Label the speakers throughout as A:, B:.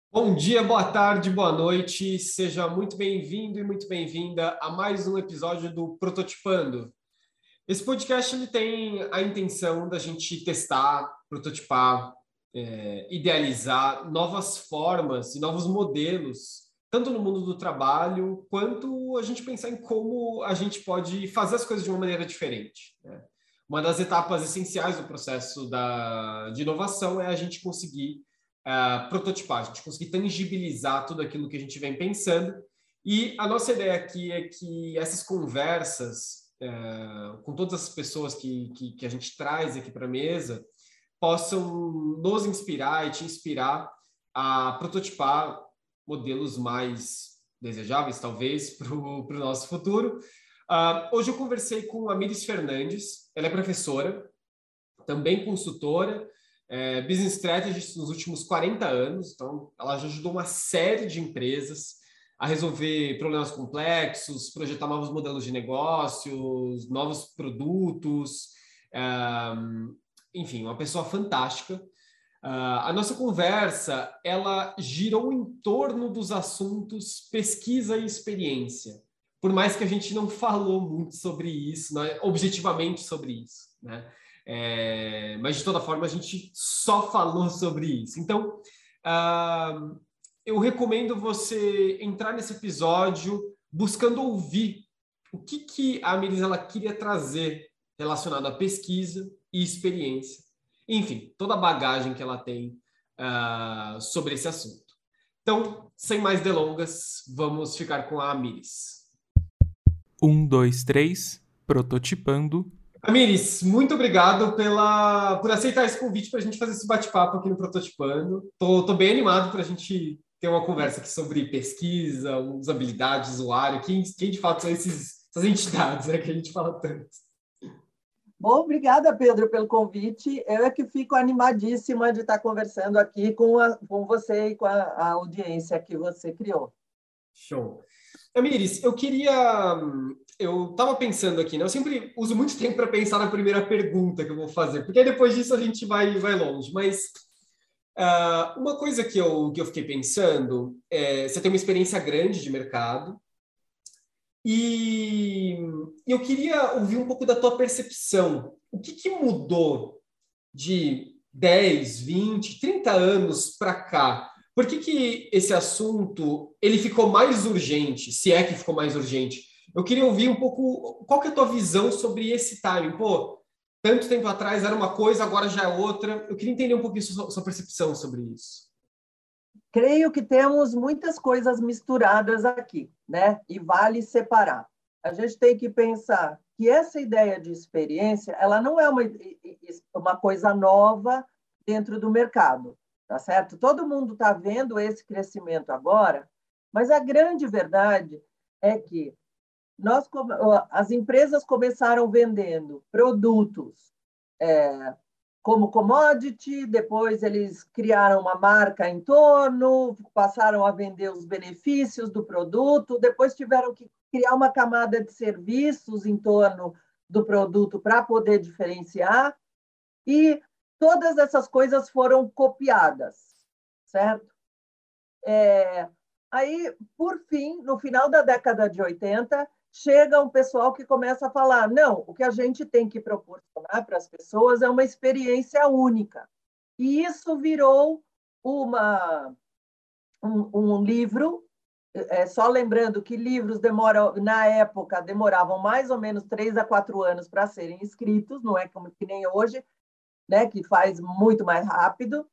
A: Bom dia, boa tarde, boa noite. Seja muito bem-vindo e muito bem-vinda a mais um episódio do Prototipando. Esse podcast ele tem a intenção da gente testar, prototipar, idealizar novas formas e novos modelos, tanto no mundo do trabalho, quanto a gente pensar em como a gente pode fazer as coisas de uma maneira diferente, né? Uma das etapas essenciais do processo de inovação é a gente conseguir prototipar, a gente conseguir tangibilizar tudo aquilo que a gente vem pensando. E a nossa ideia aqui é que essas conversas, com todas as pessoas que a gente traz aqui para a mesa, possam nos inspirar e te inspirar a prototipar modelos mais desejáveis, talvez, para o nosso futuro. Hoje eu conversei com a Miris Fernandes, ela é professora, também consultora, business strategist nos últimos 40 anos, então ela já ajudou uma série de empresas a resolver problemas complexos, projetar novos modelos de negócios, novos produtos, enfim, uma pessoa fantástica. A nossa conversa, ela girou em torno dos assuntos pesquisa e experiência, por mais que a gente não falou muito sobre isso, né, objetivamente sobre isso, né? Mas de toda forma a gente só falou sobre isso. Então, eu recomendo você entrar nesse episódio buscando ouvir o que a Melissa ela queria trazer relacionado à pesquisa e experiência. Enfim, toda a bagagem que ela tem sobre esse assunto. Então, sem mais delongas, vamos ficar com a Amiris.
B: Um, dois, três, prototipando.
A: Amiris, muito obrigado por aceitar esse convite para a gente fazer esse bate-papo aqui no Prototipando. Tô bem animado para a gente ter uma conversa aqui sobre pesquisa, usabilidade, usuário, quem de fato são essas entidades, né, que a gente fala tanto.
C: Bom, obrigada, Pedro, pelo convite. Eu é que fico animadíssima de estar conversando aqui com você e com a audiência que você criou.
A: Show. Amiris, eu estava pensando aqui, né? Eu sempre uso muito tempo para pensar na primeira pergunta que eu vou fazer, porque aí depois disso a gente vai longe. Mas uma coisa que eu fiquei pensando você tem uma experiência grande de mercado e eu queria ouvir um pouco da tua percepção. O que mudou de 10, 20, 30 anos para cá? Por que esse assunto ele ficou mais urgente, se é que ficou mais urgente? Eu queria ouvir um pouco qual que é a tua visão sobre esse timing. Pô, tanto tempo atrás era uma coisa, agora já é outra. Eu queria entender um pouquinho sua percepção sobre isso.
C: Creio que temos muitas coisas misturadas aqui, né? E vale separar. A gente tem que pensar que essa ideia de experiência, ela não é uma coisa nova dentro do mercado, tá certo? Todo mundo está vendo esse crescimento agora, mas a grande verdade é que as empresas começaram vendendo produtos como commodity, depois eles criaram uma marca em torno, passaram a vender os benefícios do produto, depois tiveram que criar uma camada de serviços em torno do produto para poder diferenciar, e todas essas coisas foram copiadas, certo? Aí, por fim, no final da década de 80, chega um pessoal que começa a falar: não, o que a gente tem que proporcionar para as pessoas é uma experiência única. E isso virou um livro. Só lembrando que livros na época demoravam mais ou menos 3 a 4 anos para serem escritos, não é como que nem hoje, né, que faz muito mais rápido.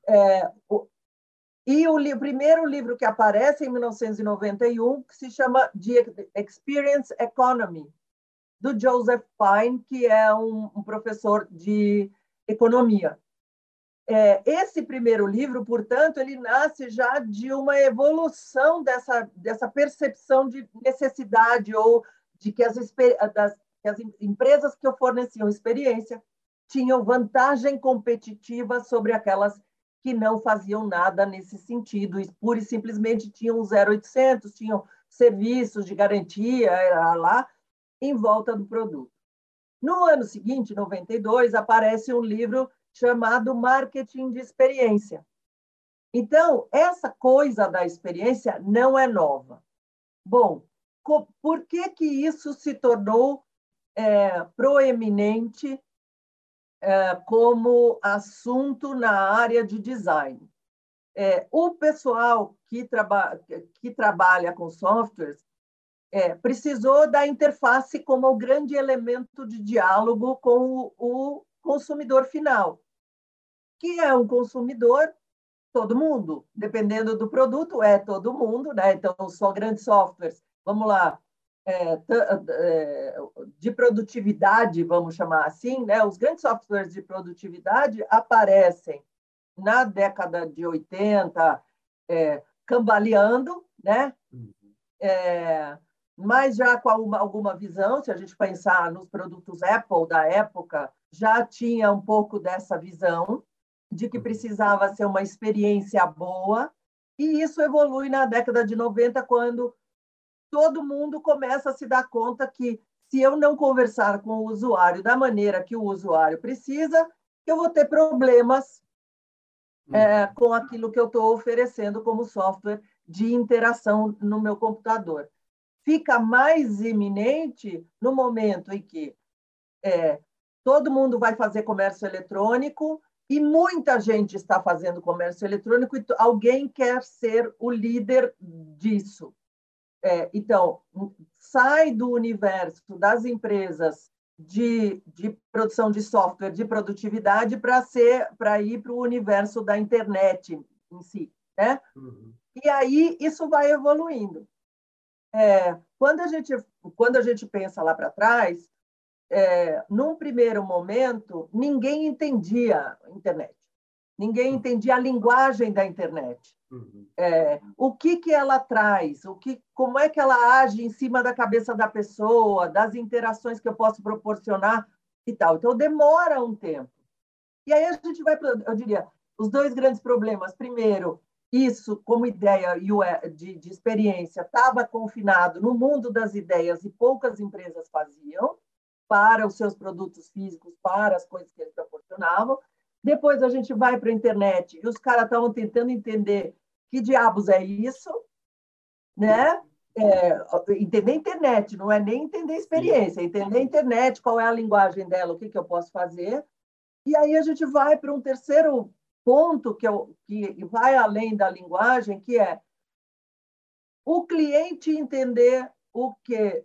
C: E o primeiro livro que aparece em 1991, que se chama The Experience Economy, do Joseph Pine, que é um professor de economia. Esse primeiro livro, portanto, ele nasce já de uma evolução dessa percepção de necessidade ou de que as empresas que forneciam experiência tinham vantagem competitiva sobre aquelas que não faziam nada nesse sentido, e pura e simplesmente tinham 0800, tinham serviços de garantia lá em volta do produto. No ano seguinte, 92, aparece um livro chamado Marketing de Experiência, Então, essa coisa da experiência não é nova. Bom, por que isso se tornou proeminente como assunto na área de design? O pessoal que trabalha com softwares precisou da interface como o grande elemento de diálogo com o consumidor final, que é um consumidor, todo mundo, dependendo do produto, é todo mundo, né? Então, só grandes softwares, vamos lá, de produtividade, vamos chamar assim, né? Os grandes softwares de produtividade aparecem na década de 80, cambaleando, né? Mas já com alguma visão, se a gente pensar nos produtos Apple da época, já tinha um pouco dessa visão de que precisava ser uma experiência boa, e isso evolui na década de 90, quando todo mundo começa a se dar conta que, se eu não conversar com o usuário da maneira que o usuário precisa, eu vou ter problemas com aquilo que eu estou oferecendo como software de interação no meu computador. Fica mais iminente no momento em que todo mundo vai fazer comércio eletrônico e muita gente está fazendo comércio eletrônico e alguém quer ser o líder disso. Então, sai do universo das empresas de produção de software, de produtividade, para ir para o universo da internet em si, né? E aí isso vai evoluindo. Quando a gente pensa lá para trás, num primeiro momento, ninguém entendia a internet. Ninguém entendia a linguagem da internet. O que ela traz, como é que ela age em cima da cabeça da pessoa, das interações que eu posso proporcionar e tal. Então, demora um tempo. E aí a gente vai, eu diria, os dois grandes problemas. Primeiro, isso, como ideia de experiência, estava confinado no mundo das ideias e poucas empresas faziam para os seus produtos físicos, para as coisas que eles proporcionavam. Depois a gente vai para a internet e os caras estavam tentando entender que diabos é isso, né? Entender a internet, não é nem entender a experiência, entender a internet, qual é a linguagem dela, o que eu posso fazer. E aí a gente vai para um terceiro ponto que vai além da linguagem, que é o cliente entender o que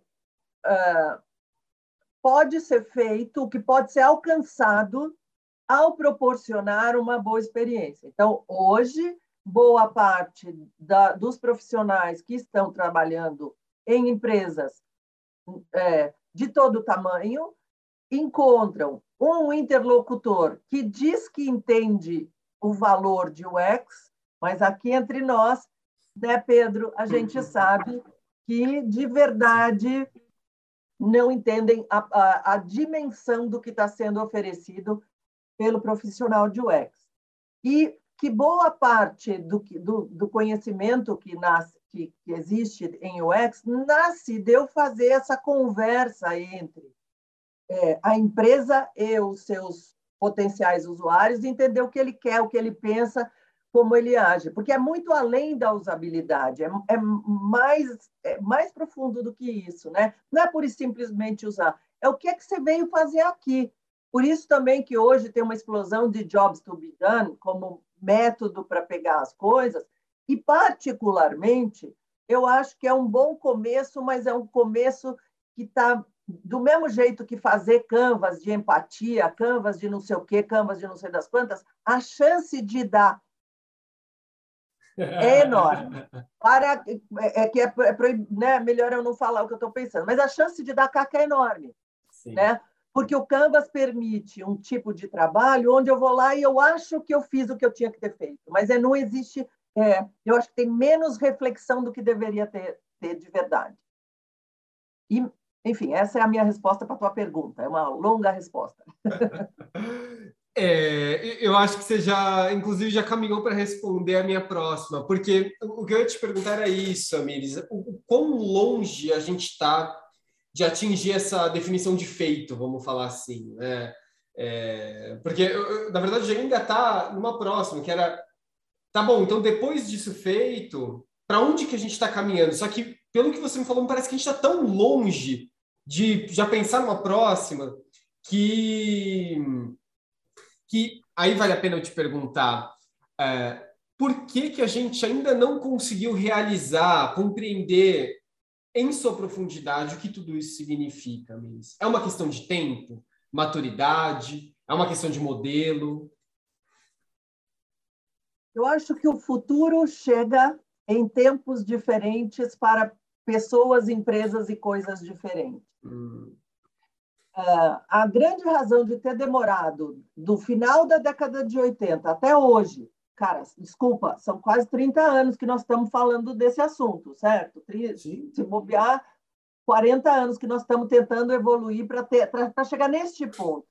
C: pode ser feito, o que pode ser alcançado ao proporcionar uma boa experiência. Então, hoje, boa parte dos profissionais que estão trabalhando em empresas de todo tamanho encontram um interlocutor que diz que entende o valor de UX, mas aqui entre nós, né, Pedro, a gente sabe que, de verdade, não entendem a dimensão do que está sendo oferecido pelo profissional de UX. E que boa parte do conhecimento que existe em UX nasce de eu fazer essa conversa entre a empresa e os seus potenciais usuários, entender o que ele quer, o que ele pensa, como ele age. Porque é muito além da usabilidade, é mais profundo do que isso, né? Não é pura e simplesmente usar, é o que é que você veio fazer aqui. Por isso também que hoje tem uma explosão de jobs to be done como método para pegar as coisas, e particularmente eu acho que é um bom começo, mas é um começo que está do mesmo jeito que fazer canvas de empatia, canvas de não sei o quê, canvas de não sei das quantas, a chance de dar é enorme. Né? Melhor eu não falar o que eu estou pensando, mas a chance de dar caca é enorme. Né? Porque o Canvas permite um tipo de trabalho onde eu vou lá e eu acho que eu fiz o que eu tinha que ter feito, mas não existe, eu acho que tem menos reflexão do que deveria ter de verdade. E, enfim, essa é a minha resposta para a tua pergunta, é uma longa resposta.
A: Eu acho que você inclusive, já caminhou para responder a minha próxima, porque o que eu ia te perguntar era isso, Amires, o quão longe a gente está de atingir essa definição de feito, vamos falar assim, né? Porque, na verdade, já ainda está numa próxima, que era tá bom, então depois disso feito, para onde que a gente está caminhando? Só que, pelo que você me falou, me parece que a gente está tão longe de já pensar numa próxima que, que aí vale a pena eu te perguntar, por que que a gente ainda não conseguiu realizar, compreender em sua profundidade o que tudo isso significa, Miss? É uma questão de tempo, maturidade, é uma questão de modelo?
C: Eu acho que o futuro chega em tempos diferentes para pessoas, empresas e coisas diferentes. A grande razão de ter demorado do final da década de 80 até hoje, cara, desculpa, são quase 30 anos que nós estamos falando desse assunto, certo?
A: Sim.
C: Se bobear, 40 anos que nós estamos tentando evoluir para chegar neste ponto.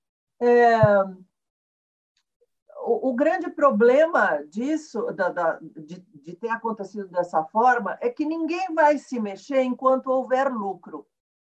C: O grande problema disso, de ter acontecido dessa forma, é que ninguém vai se mexer enquanto houver lucro.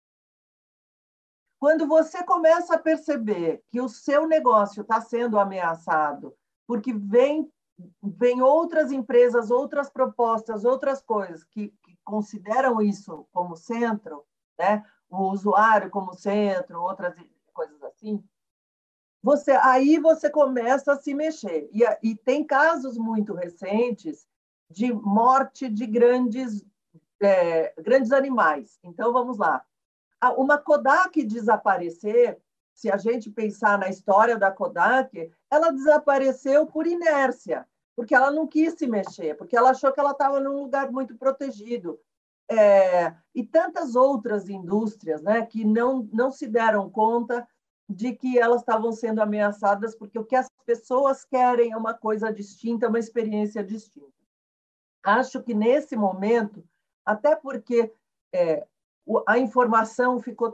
C: Quando você começa a perceber que o seu negócio está sendo ameaçado, porque vem outras empresas, outras propostas, outras coisas que consideram isso como centro, né? O usuário como centro, outras coisas assim, aí você começa a se mexer. E tem casos muito recentes de morte de grandes animais. Então, vamos lá. Uma Kodak desaparecer, se a gente pensar na história da Kodak, ela desapareceu por inércia, porque ela não quis se mexer, porque ela achou que ela estava num lugar muito protegido. E tantas outras indústrias, né, que não se deram conta de que elas estavam sendo ameaçadas, porque o que as pessoas querem é uma coisa distinta, uma experiência distinta. Acho que nesse momento, até porque a informação ficou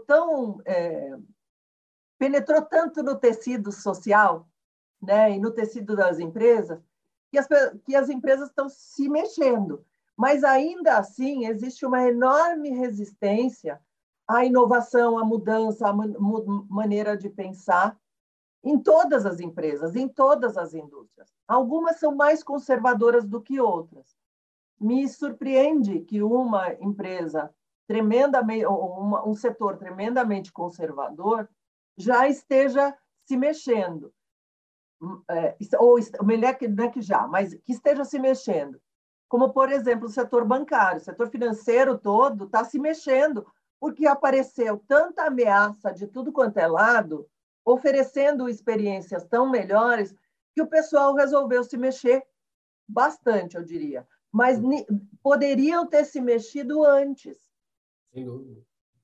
C: penetrou tanto no tecido social, né, e no tecido das empresas, que as empresas estão se mexendo. Mas, ainda assim, existe uma enorme resistência à inovação, à mudança, à maneira de pensar em todas as empresas, em todas as indústrias. Algumas são mais conservadoras do que outras. Me surpreende que uma empresa tremendamente, um setor tremendamente conservador já esteja se mexendo, ou melhor que não é que já, mas que esteja se mexendo. Como, por exemplo, o setor bancário, o setor financeiro todo está se mexendo, porque apareceu tanta ameaça de tudo quanto é lado, oferecendo experiências tão melhores, que o pessoal resolveu se mexer bastante, eu diria. Mas poderiam ter se mexido antes.
A: Sem dúvida.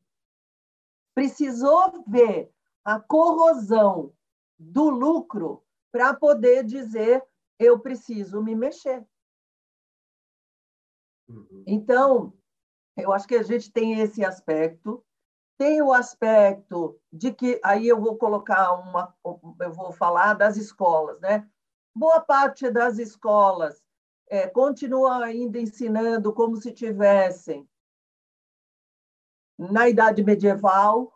C: Precisou ver a corrosão do lucro para poder dizer eu preciso me mexer. Então, eu acho que a gente tem esse aspecto. Tem o aspecto de que, aí eu vou eu vou falar das escolas, né? Boa parte das escolas continua ainda ensinando como se tivessem na Idade Medieval,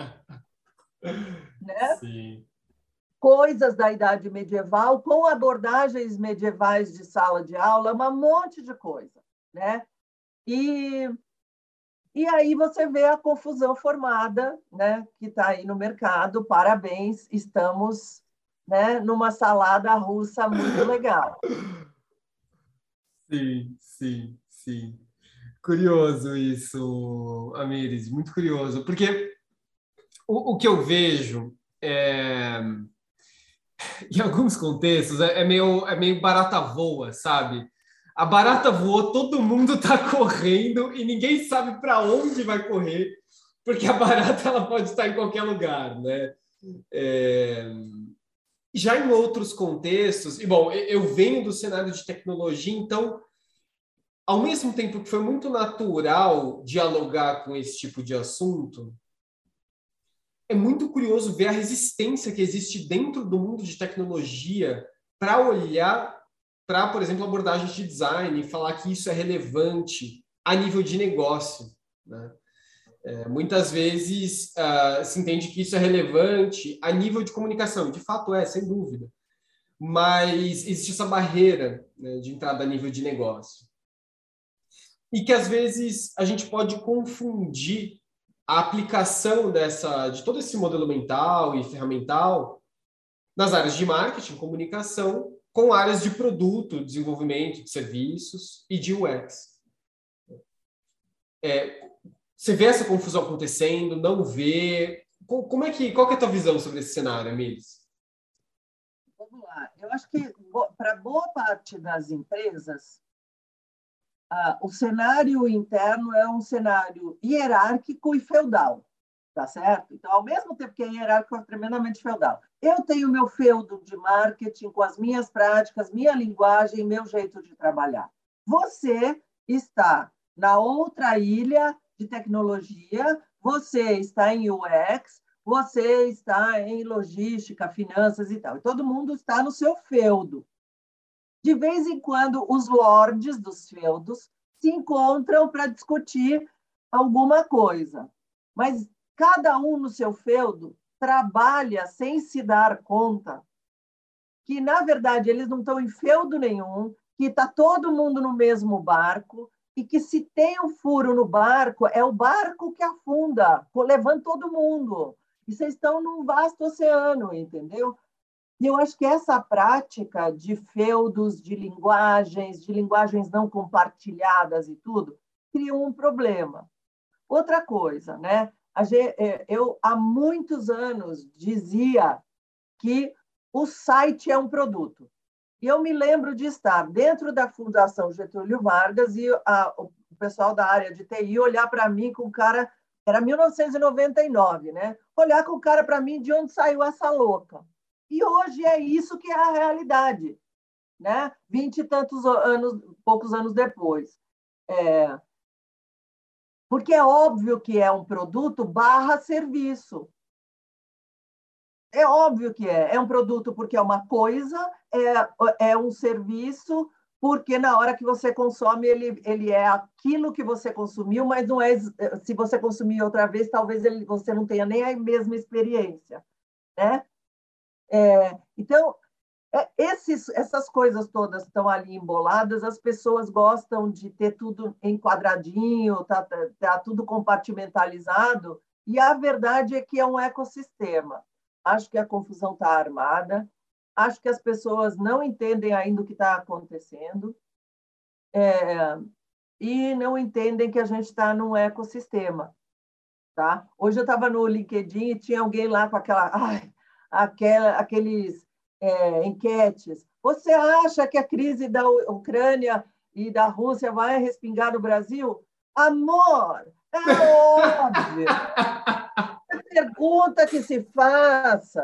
C: né?
A: Sim.
C: Coisas da Idade Medieval, com abordagens medievais de sala de aula, um monte de coisa, né? E aí você vê a confusão formada, né, que está aí no mercado. Parabéns, estamos, né, numa salada russa muito legal.
A: Sim, sim, sim. Curioso isso, Amires, muito curioso, porque o que eu vejo em alguns contextos é meio barata voa, sabe? A barata voou, todo mundo está correndo e ninguém sabe para onde vai correr, porque a barata ela pode estar em qualquer lugar, né? Já em outros contextos, e bom, eu venho do cenário de tecnologia, então, ao mesmo tempo que foi muito natural dialogar com esse tipo de assunto, é muito curioso ver a resistência que existe dentro do mundo de tecnologia para olhar para, por exemplo, abordagens de design e falar que isso é relevante a nível de negócio, né? Muitas vezes se entende que isso é relevante a nível de comunicação, de fato sem dúvida. mas existe essa barreira, né, de entrada a nível de negócio. E que, às vezes, a gente pode confundir a aplicação de todo esse modelo mental e ferramental nas áreas de marketing, comunicação, com áreas de produto, desenvolvimento de serviços e de UX. Você vê essa confusão acontecendo, não vê? Qual que é a tua visão sobre esse cenário, Amiris?
C: Vamos lá. Eu acho que, para boa parte das empresas, o cenário interno é um cenário hierárquico e feudal, tá certo? Então, ao mesmo tempo que é hierárquico, é tremendamente feudal. Eu tenho meu feudo de marketing com as minhas práticas, minha linguagem, meu jeito de trabalhar. Você está na outra ilha de tecnologia, você está em UX, você está em logística, finanças e tal. E todo mundo está no seu feudo. De vez em quando, os lords dos feudos se encontram para discutir alguma coisa. Mas cada um no seu feudo trabalha sem se dar conta que, na verdade, eles não estão em feudo nenhum, que está todo mundo no mesmo barco e que, se tem um furo no barco, é o barco que afunda, levando todo mundo. E vocês estão num vasto oceano, entendeu? E eu acho que essa prática de feudos, de linguagens não compartilhadas e tudo, cria um problema. Outra coisa, né? Eu, há muitos anos, dizia que o site é um produto. E eu me lembro de estar dentro da Fundação Getúlio Vargas e o pessoal da área de TI olhar para mim com cara... Era 1999, né? Olhar com cara para mim de onde saiu essa louca. E hoje é isso que é a realidade, né? 20 e tantos anos, poucos anos depois. Porque é óbvio que é um produto barra serviço. É óbvio que é. É um produto porque é uma coisa, é um serviço porque na hora que você consome, ele é aquilo que você consumiu, mas não é. Se você consumir outra vez, talvez você não tenha nem a mesma experiência, né? Então, essas coisas todas estão ali emboladas, as pessoas gostam de ter tudo enquadradinho, tá tudo compartimentalizado, e a verdade é que é um ecossistema. Acho que a confusão está armada, acho que as pessoas não entendem ainda o que está acontecendo, e não entendem que a gente está num ecossistema. Tá? Hoje eu estava no LinkedIn e tinha alguém lá com aqueles enquetes. Você acha que a crise da Ucrânia e da Rússia vai respingar no Brasil? Amor, é óbvio. A pergunta que se faça.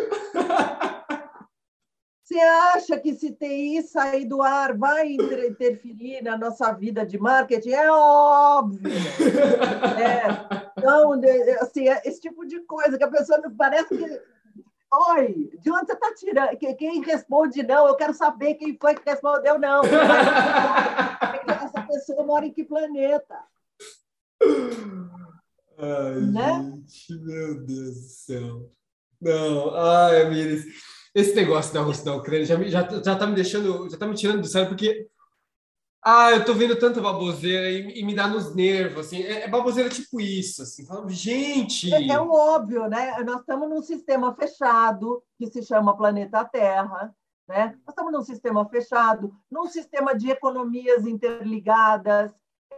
C: Você acha que se TI sair do ar vai interferir na nossa vida de marketing? É óbvio. Então, assim, esse tipo de coisa que a pessoa me parece que... Oi, de onde você está tirando? Quem responde não? Eu quero saber quem foi que respondeu não. Essa pessoa mora em que planeta?
A: Ai,
C: Né?
A: gente, meu Deus do céu. Não, ai, Amires, esse negócio da Rússia e da Ucrânia já tá me deixando, já tá me tirando do sério, porque eu tô vendo tanta baboseira e me dá nos nervos, assim, é baboseira tipo isso, assim, falando,
C: É
A: gente...
C: o óbvio, né? Nós estamos num sistema fechado que se chama planeta Terra, né? Nós estamos num sistema fechado, num sistema de economias interligadas,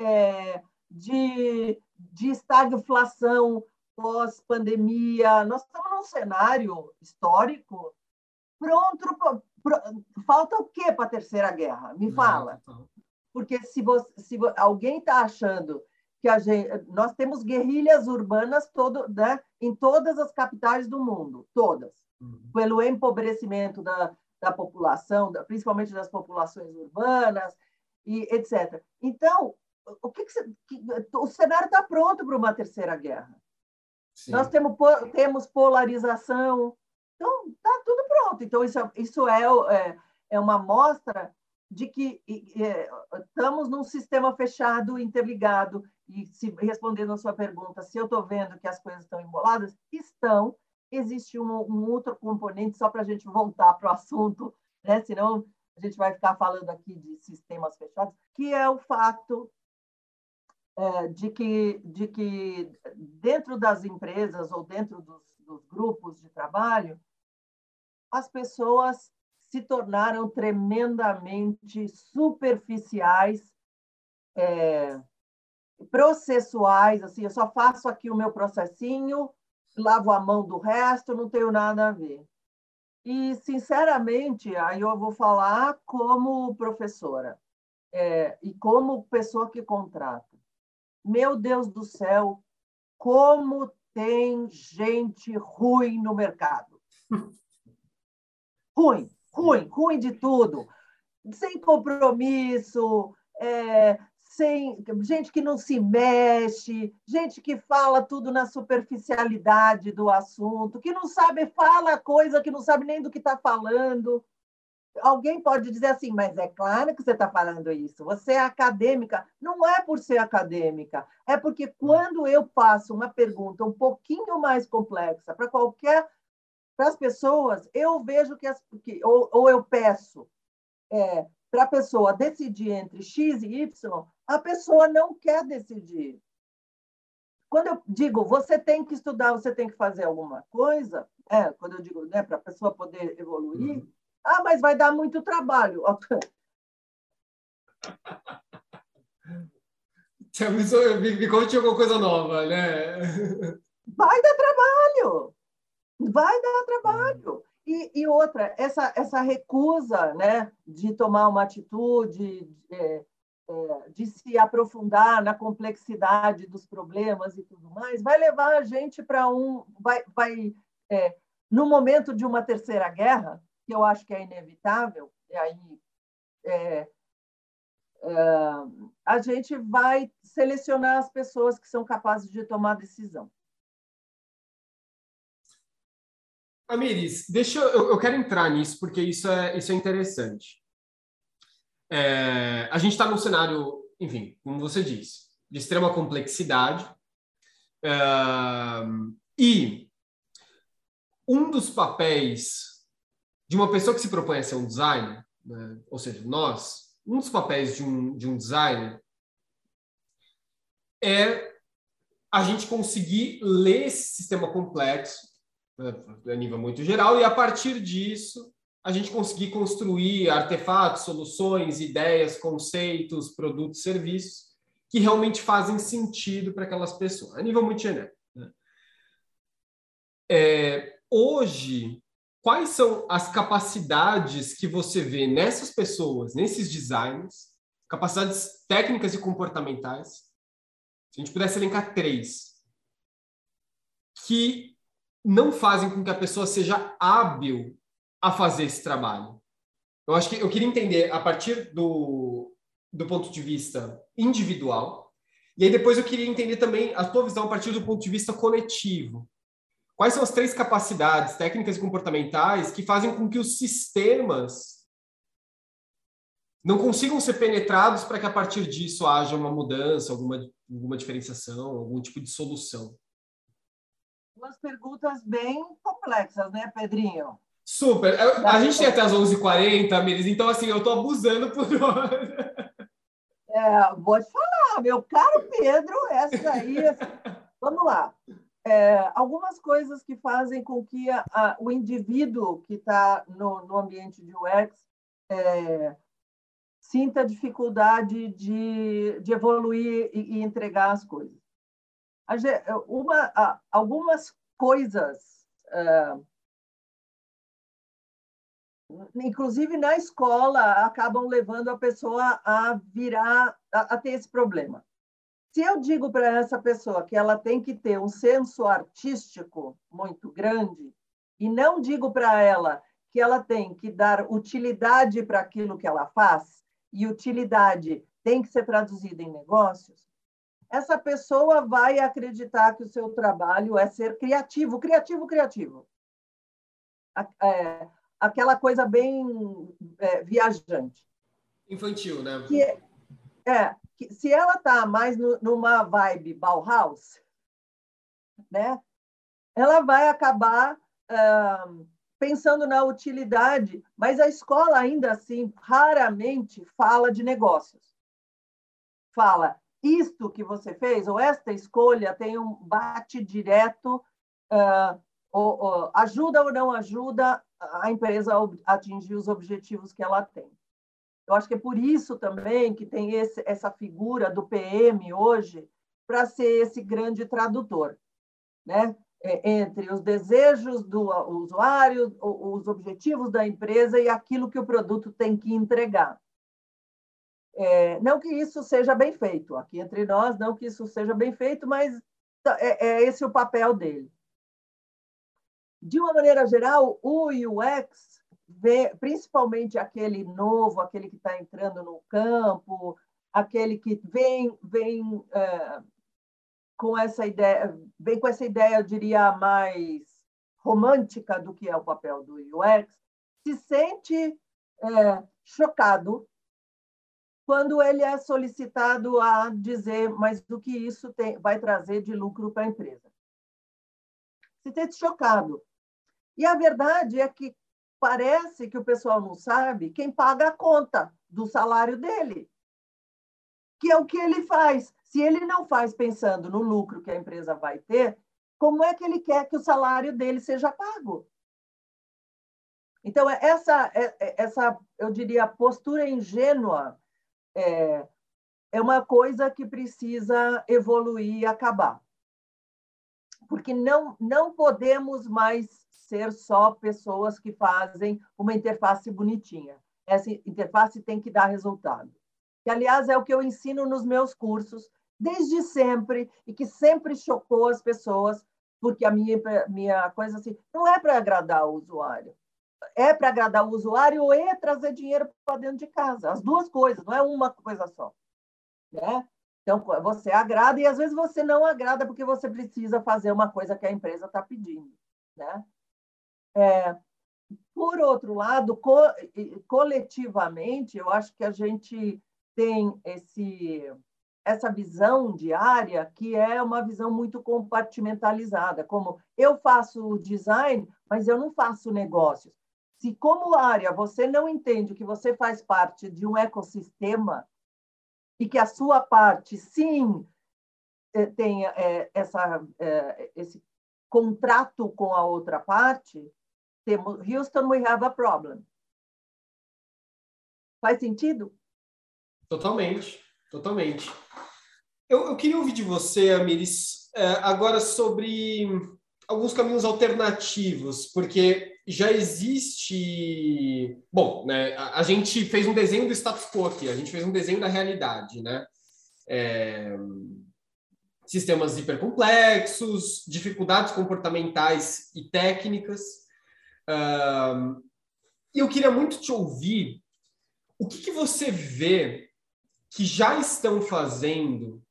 C: de estagflação pós-pandemia. Nós estamos num cenário histórico pronto. Falta o quê para a Terceira Guerra? Me fala. Porque se alguém está achando que nós temos guerrilhas urbanas né, em todas as capitais do mundo, todas, pelo empobrecimento da população, principalmente das populações urbanas, e etc. Então, o cenário está pronto para uma terceira guerra. Sim. Nós temos polarização, então está tudo pronto. Então, isso é uma amostra de que estamos num sistema fechado, interligado. E, respondendo a sua pergunta, se eu estou vendo que as coisas estão emboladas, estão. Existe um outro componente, só para a gente voltar para o assunto né? Senão a gente vai ficar falando aqui de sistemas fechados, que é o fato de que dentro das empresas ou dentro dos grupos de trabalho, as pessoas se tornaram tremendamente superficiais, processuais, assim, eu só faço aqui o meu processinho, lavo a mão do resto, não tenho nada a ver. E, sinceramente, aí eu vou falar como professora e como pessoa que contrata. Meu Deus do céu, como tem gente ruim no mercado. Ruim de tudo. Sem compromisso, sem gente que não se mexe, gente que fala tudo na superficialidade do assunto, que não sabe, fala coisa que não sabe nem do que está falando. Alguém pode dizer assim, mas é claro que você está falando isso, você é acadêmica. Não é por ser acadêmica, é porque quando eu faço uma pergunta um pouquinho mais complexa para as pessoas, eu vejo ou eu peço para a pessoa decidir entre X e Y, a pessoa não quer decidir. Quando eu digo, você tem que estudar, você tem que fazer alguma coisa, quando eu digo, né, para a pessoa poder evoluir, mas vai dar muito trabalho.
A: Me conte alguma coisa nova, né?
C: Vai dar trabalho. Vai dar trabalho. E outra, essa recusa, né, de tomar uma atitude, de se aprofundar na complexidade dos problemas e tudo mais, vai levar a gente para no momento de uma terceira guerra, que eu acho que é inevitável, e aí a gente vai selecionar as pessoas que são capazes de tomar decisão.
A: Amiris, eu quero entrar nisso porque isso é interessante. A gente está num cenário, enfim, como você disse, de extrema complexidade. E um dos papéis de uma pessoa que se propõe a ser um designer, né, ou seja, um dos papéis de um designer é a gente conseguir ler esse sistema complexo, né, a nível muito geral, e a partir disso a gente conseguir construir artefatos, soluções, ideias, conceitos, produtos, serviços que realmente fazem sentido para aquelas pessoas, a nível muito genérico. Né? Hoje, quais são as capacidades que você vê nessas pessoas, nesses designers, capacidades técnicas e comportamentais, se a gente pudesse elencar 3, que não fazem com que a pessoa seja hábil a fazer esse trabalho? Eu acho que eu queria entender a partir do ponto de vista individual, e aí depois eu queria entender também a tua visão a partir do ponto de vista coletivo. Quais são as 3 capacidades técnicas e comportamentais que fazem com que os sistemas não consigam ser penetrados para que a partir disso haja uma mudança, alguma diferenciação, algum tipo de solução?
C: Umas perguntas bem complexas, né, Pedrinho?
A: Super. A gente tem até as 11h40, Miris, então assim, eu estou abusando por hora.
C: Vou te falar, meu caro Pedro, essa aí... Vamos lá. Algumas coisas que fazem com que o indivíduo que está no ambiente de UX sinta dificuldade de evoluir e entregar as coisas. Algumas coisas, inclusive na escola, acabam levando a pessoa a ter esse problema. Se eu digo para essa pessoa que ela tem que ter um senso artístico muito grande, e não digo para ela que ela tem que dar utilidade para aquilo que ela faz, e utilidade tem que ser traduzida em negócios, essa pessoa vai acreditar que o seu trabalho é ser criativo. Aquela coisa bem viajante.
A: Infantil, né?
C: Se ela está mais numa vibe Bauhaus, né, ela vai acabar pensando na utilidade, mas a escola ainda assim raramente fala de negócios. Fala, isto que você fez, ou esta escolha tem um bate direto, ajuda ou não ajuda a empresa a atingir os objetivos que ela tem. Eu acho que é por isso também que tem essa figura do PM hoje para ser esse grande tradutor, né? Entre os desejos do usuário, os objetivos da empresa e aquilo que o produto tem que entregar. Não que isso seja bem feito, aqui entre nós, não que isso seja bem feito, mas é esse o papel dele. De uma maneira geral, o UX, principalmente aquele novo, aquele que está entrando no campo, aquele que vem com essa ideia, eu diria, mais romântica do que é o papel do UX, se sente chocado quando ele é solicitado a dizer, mas o que isso vai trazer de lucro para a empresa. Se sente chocado. E a verdade é que parece que o pessoal não sabe quem paga a conta do salário dele, que é o que ele faz. Se ele não faz pensando no lucro que a empresa vai ter, como é que ele quer que o salário dele seja pago? Então, essa eu diria, postura ingênua é uma coisa que precisa evoluir e acabar. Porque não podemos mais ser só pessoas que fazem uma interface bonitinha. Essa interface tem que dar resultado. Que, aliás, é o que eu ensino nos meus cursos, desde sempre, e que sempre chocou as pessoas, porque a minha coisa assim, não é para agradar o usuário. É para agradar o usuário e trazer dinheiro para dentro de casa. As duas coisas, não é uma coisa só. Né? Então, você agrada e, às vezes, você não agrada porque você precisa fazer uma coisa que a empresa está pedindo. Né? Por outro lado, coletivamente, eu acho que a gente tem essa visão de área que é uma visão muito compartimentalizada, como eu faço design, mas eu não faço negócios. Se, como área, você não entende que você faz parte de um ecossistema e que a sua parte, sim, tem esse contrato com a outra parte, Houston, we have a problem. Faz sentido?
A: Totalmente, totalmente. Eu queria ouvir de você, Amiris, agora sobre alguns caminhos alternativos, porque já existe... Bom, né, a gente fez um desenho do status quo aqui, a gente fez um desenho da realidade, né? Sistemas hipercomplexos, dificuldades comportamentais e técnicas. E eu queria muito te ouvir o que você vê que já estão fazendo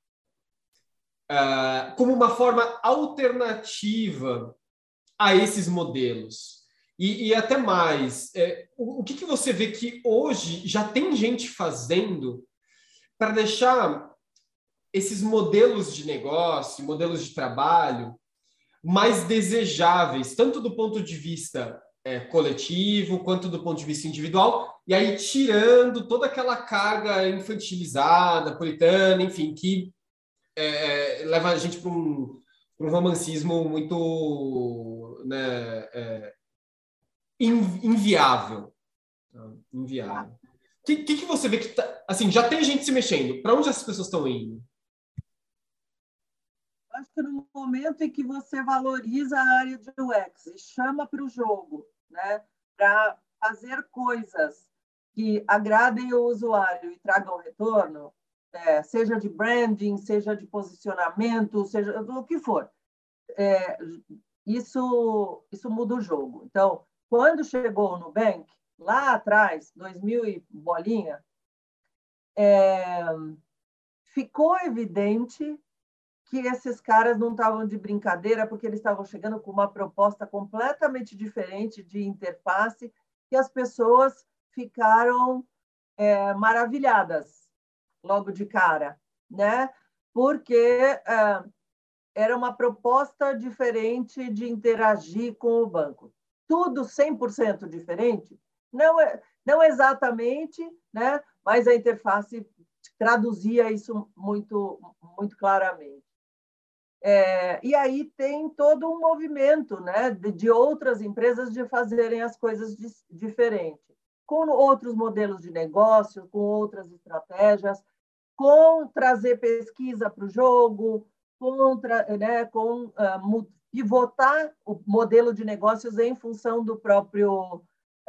A: como uma forma alternativa a esses modelos. E até mais, o que você vê que hoje já tem gente fazendo para deixar esses modelos de negócio, modelos de trabalho mais desejáveis, tanto do ponto de vista coletivo, quanto do ponto de vista individual, e aí tirando toda aquela carga infantilizada, puritana, enfim, que leva a gente para um romancismo muito, né, inviável. Inviável. O que você vê que assim, já tem gente se mexendo? Para onde essas pessoas estão indo?
C: Acho que no momento em que você valoriza a área de UX e chama para o jogo, né, para fazer coisas que agradem o usuário e tragam retorno, seja de branding, seja de posicionamento, seja do que for, isso muda o jogo. Então, quando chegou o Nubank, lá atrás, 2000 e bolinha, ficou evidente que esses caras não estavam de brincadeira, porque eles estavam chegando com uma proposta completamente diferente de interface, e as pessoas ficaram maravilhadas logo de cara, né? Porque era uma proposta diferente de interagir com o banco. tudo 100% diferente? Não exatamente, né? Mas a interface traduzia isso muito, muito claramente. E aí tem todo um movimento, né, de outras empresas de fazerem as coisas diferentes, com outros modelos de negócio, com outras estratégias, com trazer pesquisa para o jogo, pivotar o modelo de negócios em função do próprio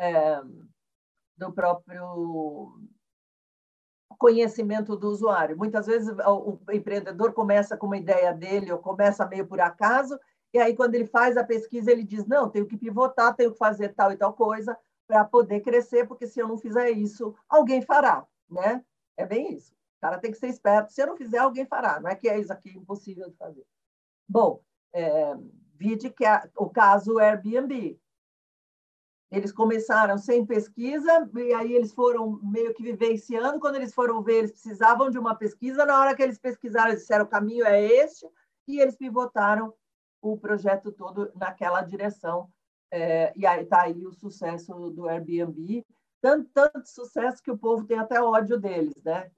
C: conhecimento do usuário. Muitas vezes o empreendedor começa com uma ideia dele ou começa meio por acaso, e aí quando ele faz a pesquisa ele diz, não, tenho que pivotar, tenho que fazer tal e tal coisa para poder crescer, porque se eu não fizer isso, alguém fará, né? É bem isso. O cara tem que ser esperto. Se eu não fizer, alguém fará. Não é que é isso aqui impossível de fazer. Bom, vide que o caso Airbnb. Eles começaram sem pesquisa, e aí eles foram meio que vivenciando. Quando eles foram ver, eles precisavam de uma pesquisa. Na hora que eles pesquisaram, eles disseram, o caminho é este, e eles pivotaram o projeto todo naquela direção. E aí está aí o sucesso do Airbnb. Tanto sucesso que o povo tem até ódio deles, né?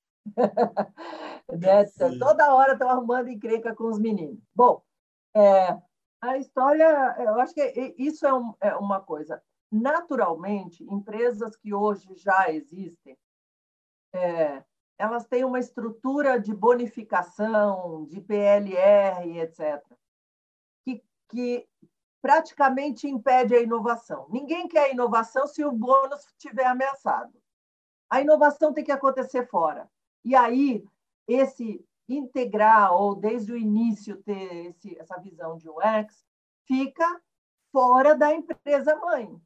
C: Toda hora estão arrumando encrenca com os meninos. Bom, a história, eu acho que isso é uma coisa. Naturalmente, empresas que hoje já existem, elas têm uma estrutura de bonificação, de PLR, etc., que praticamente impede a inovação. Ninguém quer inovação se o bônus estiver ameaçado. A inovação tem que acontecer fora. E aí, esse integrar, ou desde o início ter essa visão de UX, fica fora da empresa-mãe.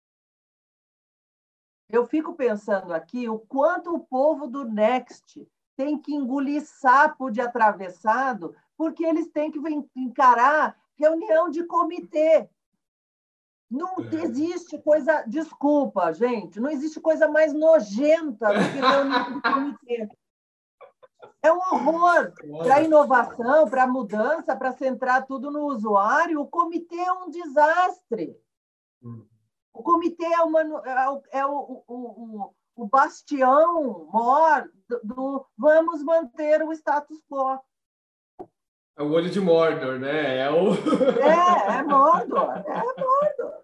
C: Eu fico pensando aqui o quanto o povo do Next tem que engolir sapo de atravessado, porque eles têm que encarar reunião de comitê. Não existe coisa... Desculpa, gente, não existe coisa mais nojenta do que reunião de comitê. É um horror para a inovação, para a mudança, para centrar tudo no usuário. O comitê é um desastre. O comitê é o bastião maior do vamos manter o status quo.
A: É o olho de Mordor, né?
C: É Mordor. É Mordor.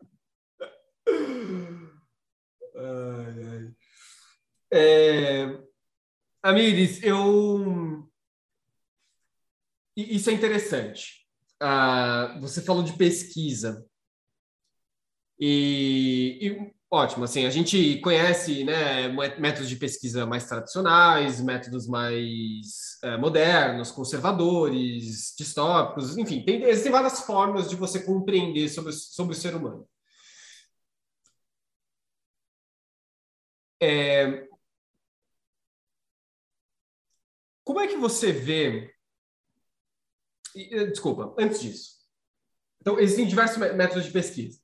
A: Amires, isso é interessante. Você falou de pesquisa. Ótimo, assim, a gente conhece, né, métodos de pesquisa mais tradicionais, métodos mais modernos, conservadores, distópicos, enfim, existem várias formas de você compreender sobre o ser humano. Como é que você vê... Desculpa, antes disso. Então, existem diversos métodos de pesquisa.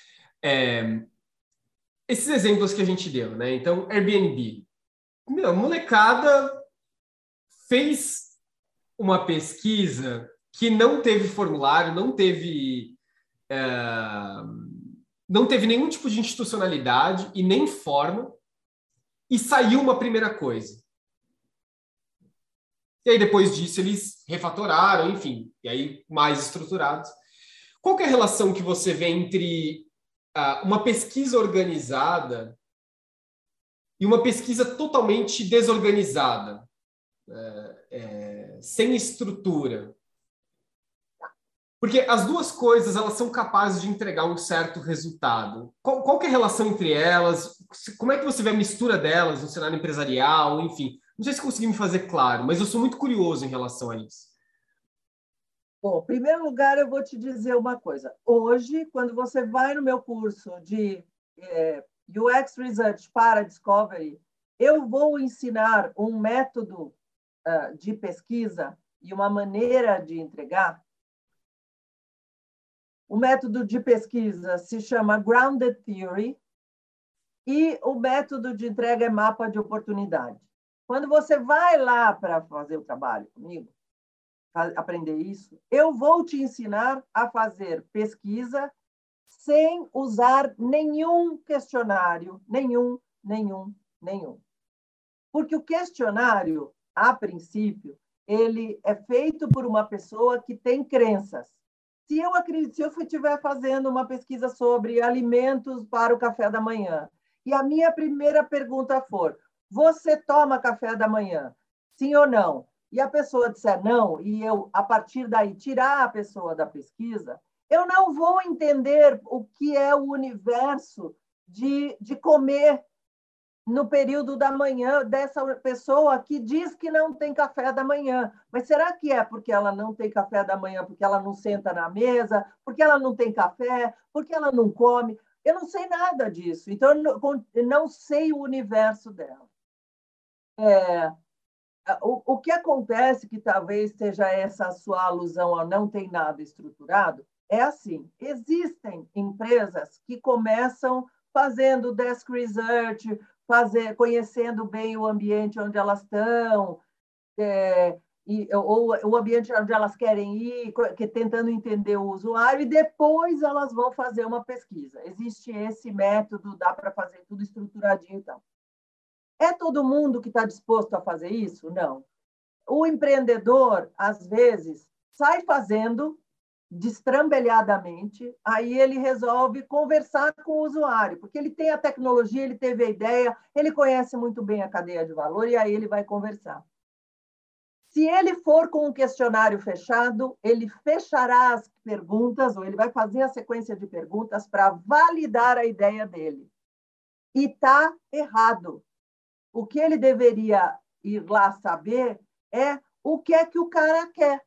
A: Esses exemplos que a gente deu, né? Então, Airbnb. A molecada fez uma pesquisa que não teve formulário, não teve nenhum tipo de institucionalidade e nem forma, e saiu uma primeira coisa. E aí, depois disso, eles refatoraram, enfim, e aí mais estruturados. Qual que é a relação que você vê entre uma pesquisa organizada e uma pesquisa totalmente desorganizada, sem estrutura? Porque as duas coisas elas são capazes de entregar um certo resultado. Qual que é a relação entre elas? Como é que você vê a mistura delas no cenário empresarial? Enfim, não sei se consegui me fazer claro, mas eu sou muito curioso em relação a isso.
C: Bom, em primeiro lugar, eu vou te dizer uma coisa. Hoje, quando você vai no meu curso de UX Research para Discovery, eu vou ensinar um método de pesquisa e uma maneira de entregar. O método de pesquisa se chama Grounded Theory e o método de entrega é mapa de oportunidade. Quando você vai lá para fazer o trabalho comigo, aprender isso, eu vou te ensinar a fazer pesquisa sem usar nenhum questionário, nenhum. Porque o questionário, a princípio, ele é feito por uma pessoa que tem crenças. Se eu estiver fazendo uma pesquisa sobre alimentos para o café da manhã, e a minha primeira pergunta for: você toma café da manhã? Sim ou não? E a pessoa disser não, e eu, a partir daí, tirar a pessoa da pesquisa, eu não vou entender o que é o universo de comer no período da manhã dessa pessoa que diz que não tem café da manhã. Mas será que é porque ela não tem café da manhã, porque ela não senta na mesa, porque ela não tem café, porque ela não come? Eu não sei nada disso, então eu não sei o universo dela. O que acontece, que talvez seja essa sua alusão ao não tem nada estruturado, é assim: existem empresas que começam fazendo desk research, conhecendo bem o ambiente onde elas estão, ou o ambiente onde elas querem ir, tentando entender o usuário, e depois elas vão fazer uma pesquisa. Existe esse método, dá para fazer tudo estruturadinho e tal. É todo mundo que está disposto a fazer isso? Não. O empreendedor, às vezes, sai fazendo destrambelhadamente, aí ele resolve conversar com o usuário, porque ele tem a tecnologia, ele teve a ideia, ele conhece muito bem a cadeia de valor, e aí ele vai conversar. Se ele for com um questionário fechado, ele fechará as perguntas, ou ele vai fazer a sequência de perguntas para validar a ideia dele. E está errado. O que ele deveria ir lá saber é o que é que o cara quer.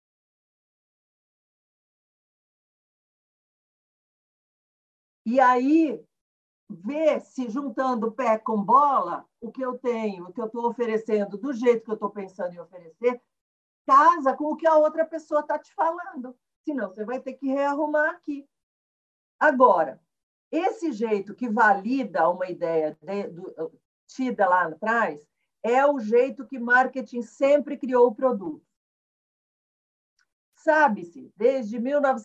C: E aí, ver se juntando pé com bola, o que eu tenho, o que eu estou oferecendo, do jeito que eu estou pensando em oferecer, casa com o que a outra pessoa está te falando. Senão, você vai ter que rearrumar aqui. Agora, esse jeito que valida uma ideia tida lá atrás é o jeito que marketing sempre criou o produto. Sabe-se, desde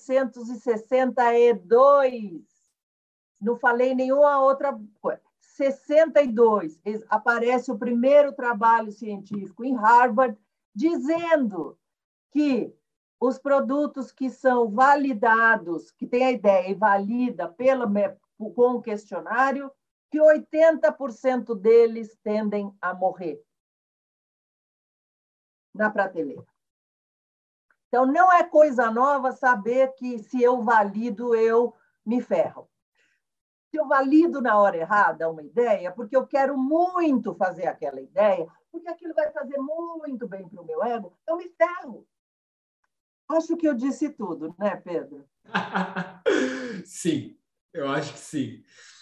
C: 1962, não falei nenhuma outra coisa, 62, aparece o primeiro trabalho científico em Harvard dizendo que os produtos que são validados, que tem a ideia e valida com o questionário, que 80% deles tendem a morrer na prateleira. Então, não é coisa nova saber que se eu valido, eu me ferro. Se eu valido na hora errada uma ideia, porque eu quero muito fazer aquela ideia, porque aquilo vai fazer muito bem para o meu ego, eu me ferro. Acho que eu disse tudo, né, Pedro?
A: Sim, eu acho que sim.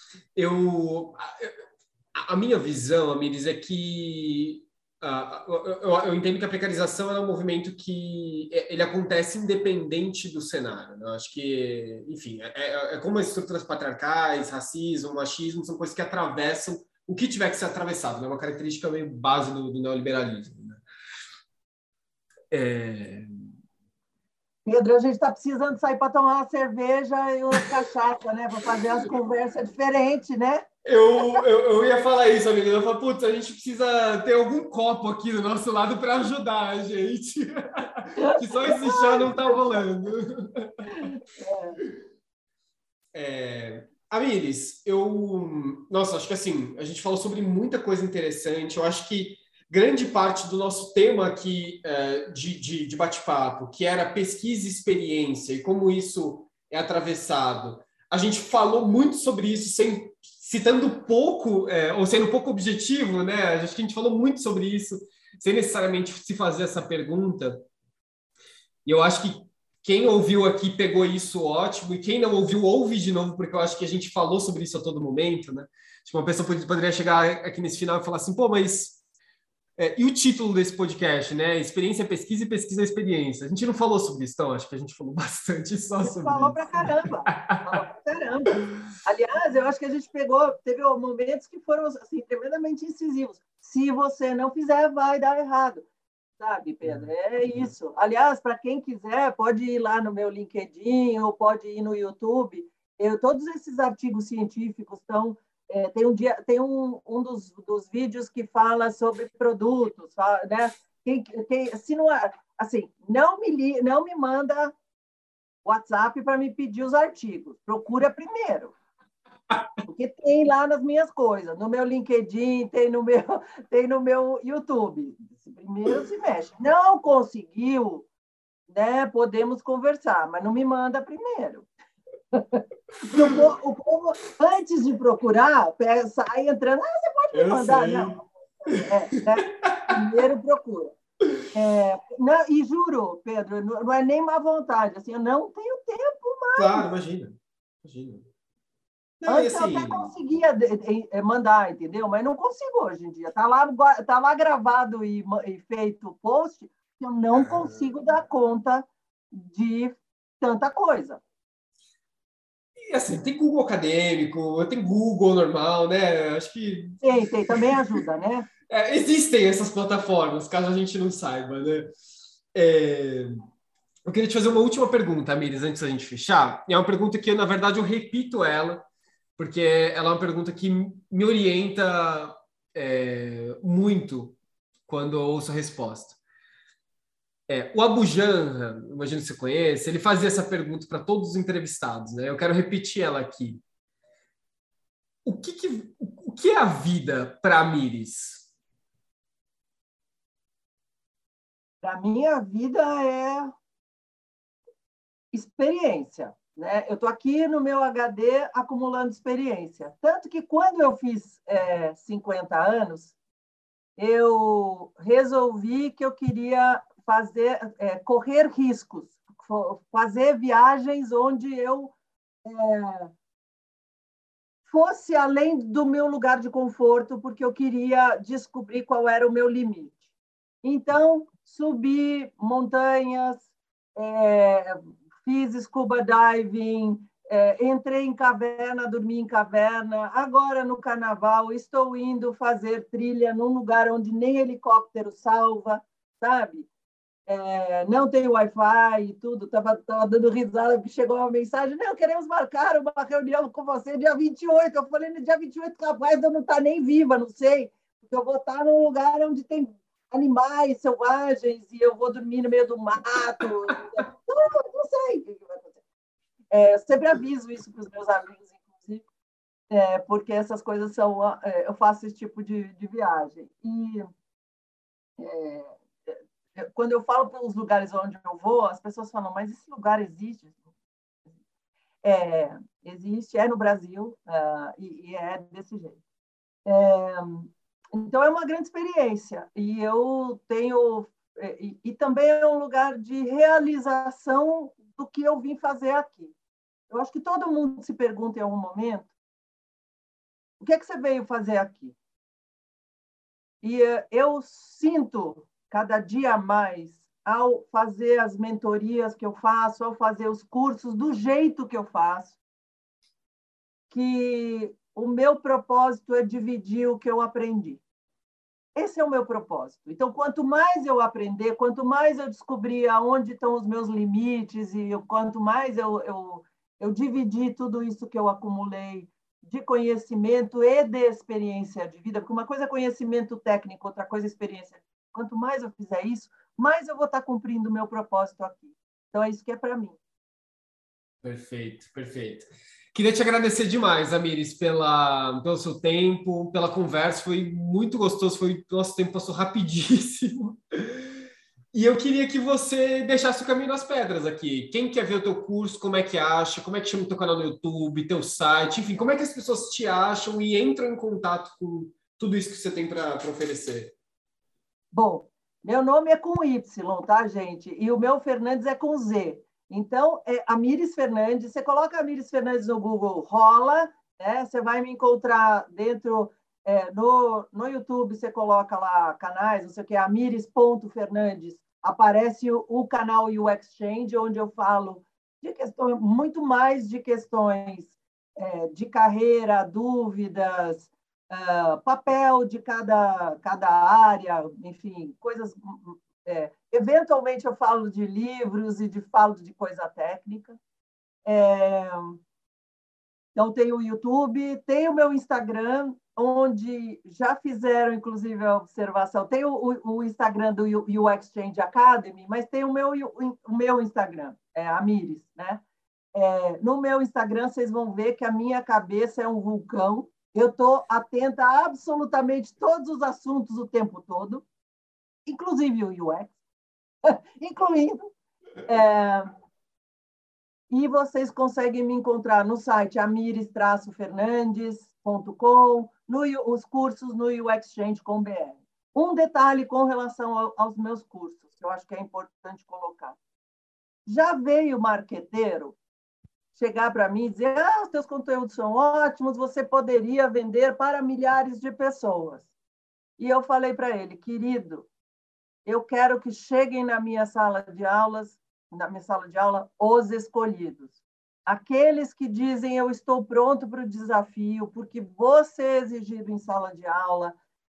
A: A minha visão, Amires, é que eu entendo que a precarização é um movimento que ele acontece independente do cenário, né? Eu acho que, enfim, é como as estruturas patriarcais, racismo, machismo, são coisas que atravessam o que tiver que ser atravessado, né? Uma característica meio base do neoliberalismo, né?
C: Pedro, a gente está precisando sair para tomar uma cerveja e uma cachaça, né? Para fazer as conversas diferentes, né?
A: Eu ia falar isso, amiga. Eu falei, putz, a gente precisa ter algum copo aqui do nosso lado para ajudar a gente. Que só esse chá não está rolando. Amires, nossa, acho que assim, a gente falou sobre muita coisa interessante. Eu acho que grande parte do nosso tema aqui de bate-papo, que era pesquisa e experiência e como isso é atravessado, a gente falou muito sobre isso, citando pouco, ou sendo pouco objetivo, né? Acho que a gente falou muito sobre isso, sem necessariamente se fazer essa pergunta. E eu acho que quem ouviu aqui pegou isso ótimo, e quem não ouviu, ouve de novo, porque eu acho que a gente falou sobre isso a todo momento, né? Tipo, uma pessoa poderia chegar aqui nesse final e falar assim, pô, mas... e o título desse podcast, né? Experiência, pesquisa e pesquisa, experiência. A gente não falou sobre isso, então acho que a gente falou bastante só sobre
C: falou
A: isso.
C: Pra caramba. Falou pra caramba. Aliás, eu acho que a gente teve momentos que foram assim, tremendamente incisivos. Se você não fizer, vai dar errado. Sabe, Pedro? É isso. Aliás, para quem quiser, pode ir lá no meu LinkedIn ou pode ir no YouTube Todos esses artigos científicos estão. Tem um dos vídeos que fala sobre produtos, né? Se não, assim, não me manda WhatsApp para me pedir os artigos. Procura primeiro. Porque tem lá nas minhas coisas, no meu LinkedIn, tem no meu YouTube. Primeiro se mexe. Não conseguiu, né? Podemos conversar, mas não me manda primeiro. Porque o povo, antes de procurar, sai entrando. Você pode me mandar?
A: Sei.
C: Não. Né? Primeiro procura. Não, e juro, Pedro, não é nem má vontade. Assim, eu não tenho tempo mais.
A: Claro, imagina. Não,
C: Antes eu
A: assim,
C: até conseguia mandar, entendeu? Mas não consigo hoje em dia. Tá lá gravado e feito post, que eu não consigo dar conta de tanta coisa.
A: e assim, tem Google acadêmico, tem Google normal, né? Acho que
C: Tem, também ajuda, né?
A: existem essas plataformas, caso a gente não saiba, né? Eu queria te fazer uma última pergunta, Amires, antes da gente fechar. E é uma pergunta que, na verdade, eu repito ela, porque ela é uma pergunta que me orienta muito quando eu ouço a resposta. O Abu Janra, imagino que você conhece, ele fazia essa pergunta para todos os entrevistados, né? Eu quero repetir ela aqui. O que é a vida para a Amires?
C: Para mim, a vida é experiência. Né? Eu estou aqui no meu HD acumulando experiência. Tanto que quando eu fiz 50 anos, eu resolvi que eu queria correr riscos, fazer viagens onde eu fosse além do meu lugar de conforto, porque eu queria descobrir qual era o meu limite. Então, subi montanhas, fiz scuba diving, entrei em caverna, dormi em caverna. Agora, no carnaval, estou indo fazer trilha num lugar onde nem helicóptero salva, sabe? Não tem Wi-Fi e tudo. Estava dando risada, porque chegou uma mensagem: não, queremos marcar uma reunião com você dia 28. Eu falei: no dia 28, capaz de eu não estar nem viva, não sei, porque eu vou estar num lugar onde tem animais selvagens e eu vou dormir no meio do mato. Não sei o que vai acontecer. Eu sempre aviso isso para os meus amigos, inclusive, porque essas coisas são. Eu faço esse tipo de viagem. E quando eu falo para os lugares onde eu vou, as pessoas falam: mas esse lugar existe? Existe, é no Brasil, e é desse jeito. Então, é uma grande experiência. E eu tenho. E também é um lugar de realização do que eu vim fazer aqui. Eu acho que todo mundo se pergunta em algum momento: o que é que você veio fazer aqui? E eu sinto cada dia mais, ao fazer as mentorias que eu faço, ao fazer os cursos do jeito que eu faço, que o meu propósito é dividir o que eu aprendi. Esse é o meu propósito. Então, quanto mais eu aprender, quanto mais eu descobrir aonde estão os meus limites e quanto mais eu dividir tudo isso que eu acumulei de conhecimento e de experiência de vida, porque uma coisa é conhecimento técnico, outra coisa é experiência. Quanto mais eu fizer isso, mais eu vou estar cumprindo o meu propósito aqui. Então, é isso que é para mim.
A: Perfeito, perfeito. Queria te agradecer demais, Amires, pelo seu tempo, pela conversa. Foi muito gostoso. Nosso tempo passou rapidíssimo. E eu queria que você deixasse o caminho das pedras aqui. Quem quer ver o teu curso, como é que acha? Como é que chama o teu canal no YouTube, teu site? Enfim, como é que as pessoas te acham e entram em contato com tudo isso que você tem para oferecer?
C: Bom, meu nome é com Y, tá, gente? E o meu Fernandes é com Z. Então, Amires Fernandes. Você coloca Amires Fernandes no Google, rola, né? Você vai me encontrar dentro, no YouTube, você coloca lá canais, não sei o que, Amires.Fernandes, aparece o canal UX Exchange, onde eu falo de questões, muito mais de questões de carreira, dúvidas, papel de cada área, enfim, coisas. Eventualmente eu falo de livros e falo de coisa técnica. Então, tem o YouTube, tem o meu Instagram, onde já fizeram, inclusive, a observação. Tem o Instagram do UX Change Academy, mas tem o meu Instagram, a Mires, né? No meu Instagram, vocês vão ver que a minha cabeça é um vulcão. Eu estou atenta a absolutamente todos os assuntos o tempo todo, inclusive o UX, incluindo. E vocês conseguem me encontrar no site amires-fernandes.com, os cursos no UXChange.com.br. Um detalhe com relação aos meus cursos, que eu acho que é importante colocar. Já veio marqueteiro chegar para mim e dizer: os teus conteúdos são ótimos, você poderia vender para milhares de pessoas. E eu falei para ele: querido, eu quero que cheguem na minha sala de aula, os escolhidos. Aqueles que dizem: eu estou pronto para o desafio, porque você é exigido em sala de aula,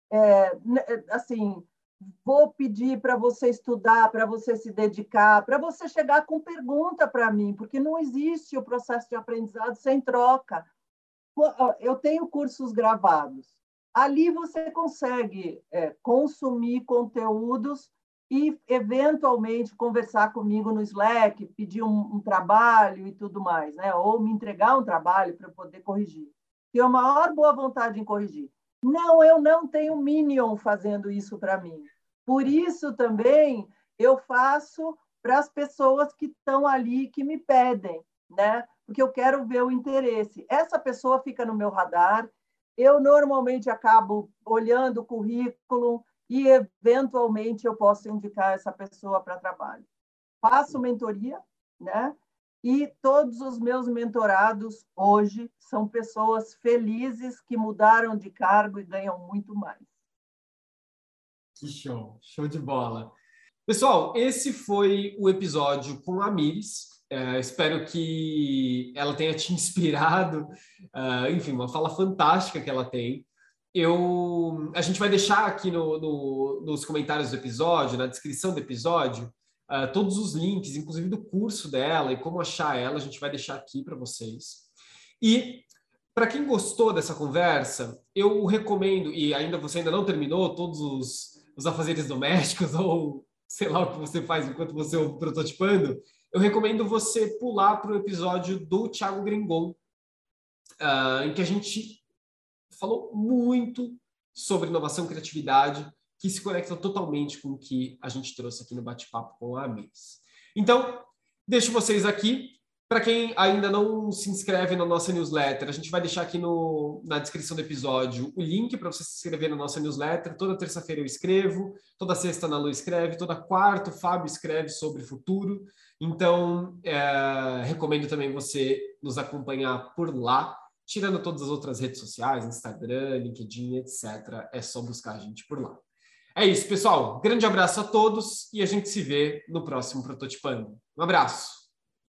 C: assim, vou pedir para você estudar, para você se dedicar, para você chegar com pergunta para mim, porque não existe o processo de aprendizado sem troca. Eu tenho cursos gravados. Ali você consegue consumir conteúdos e, eventualmente, conversar comigo no Slack, pedir um trabalho e tudo mais, né? Ou me entregar um trabalho para eu poder corrigir. Tenho a maior boa vontade em corrigir. Não, eu não tenho Minion fazendo isso para mim. Por isso, também, eu faço para as pessoas que estão ali, que me pedem, né? Porque eu quero ver o interesse. Essa pessoa fica no meu radar, eu normalmente acabo olhando o currículo e, eventualmente, eu posso indicar essa pessoa para trabalho. Faço mentoria, né? E todos os meus mentorados hoje são pessoas felizes que mudaram de cargo e ganham muito mais.
A: Que show, show de bola. Pessoal, esse foi o episódio com a Mires. Espero que ela tenha te inspirado. Enfim, uma fala fantástica que ela tem. A gente vai deixar aqui nos comentários do episódio, na descrição do episódio, todos os links, inclusive do curso dela e como achar ela, a gente vai deixar aqui para vocês. E para quem gostou dessa conversa, eu recomendo, e você ainda não terminou todos os afazeres domésticos ou sei lá o que você faz enquanto você ouve prototipando, eu recomendo você pular para o episódio do Thiago Gringon, em que a gente falou muito sobre inovação e criatividade, que se conecta totalmente com o que a gente trouxe aqui no bate-papo com a Mires. Então, deixo vocês aqui. Para quem ainda não se inscreve na nossa newsletter, a gente vai deixar aqui na descrição do episódio o link para você se inscrever na nossa newsletter. Toda terça-feira eu escrevo, toda sexta a Ana Lu escreve, toda quarta o Fábio escreve sobre futuro. Então, recomendo também você nos acompanhar por lá, tirando todas as outras redes sociais, Instagram, LinkedIn, etc. É só buscar a gente por lá. É isso, pessoal. Grande abraço a todos e a gente se vê no próximo Prototipando. Um abraço!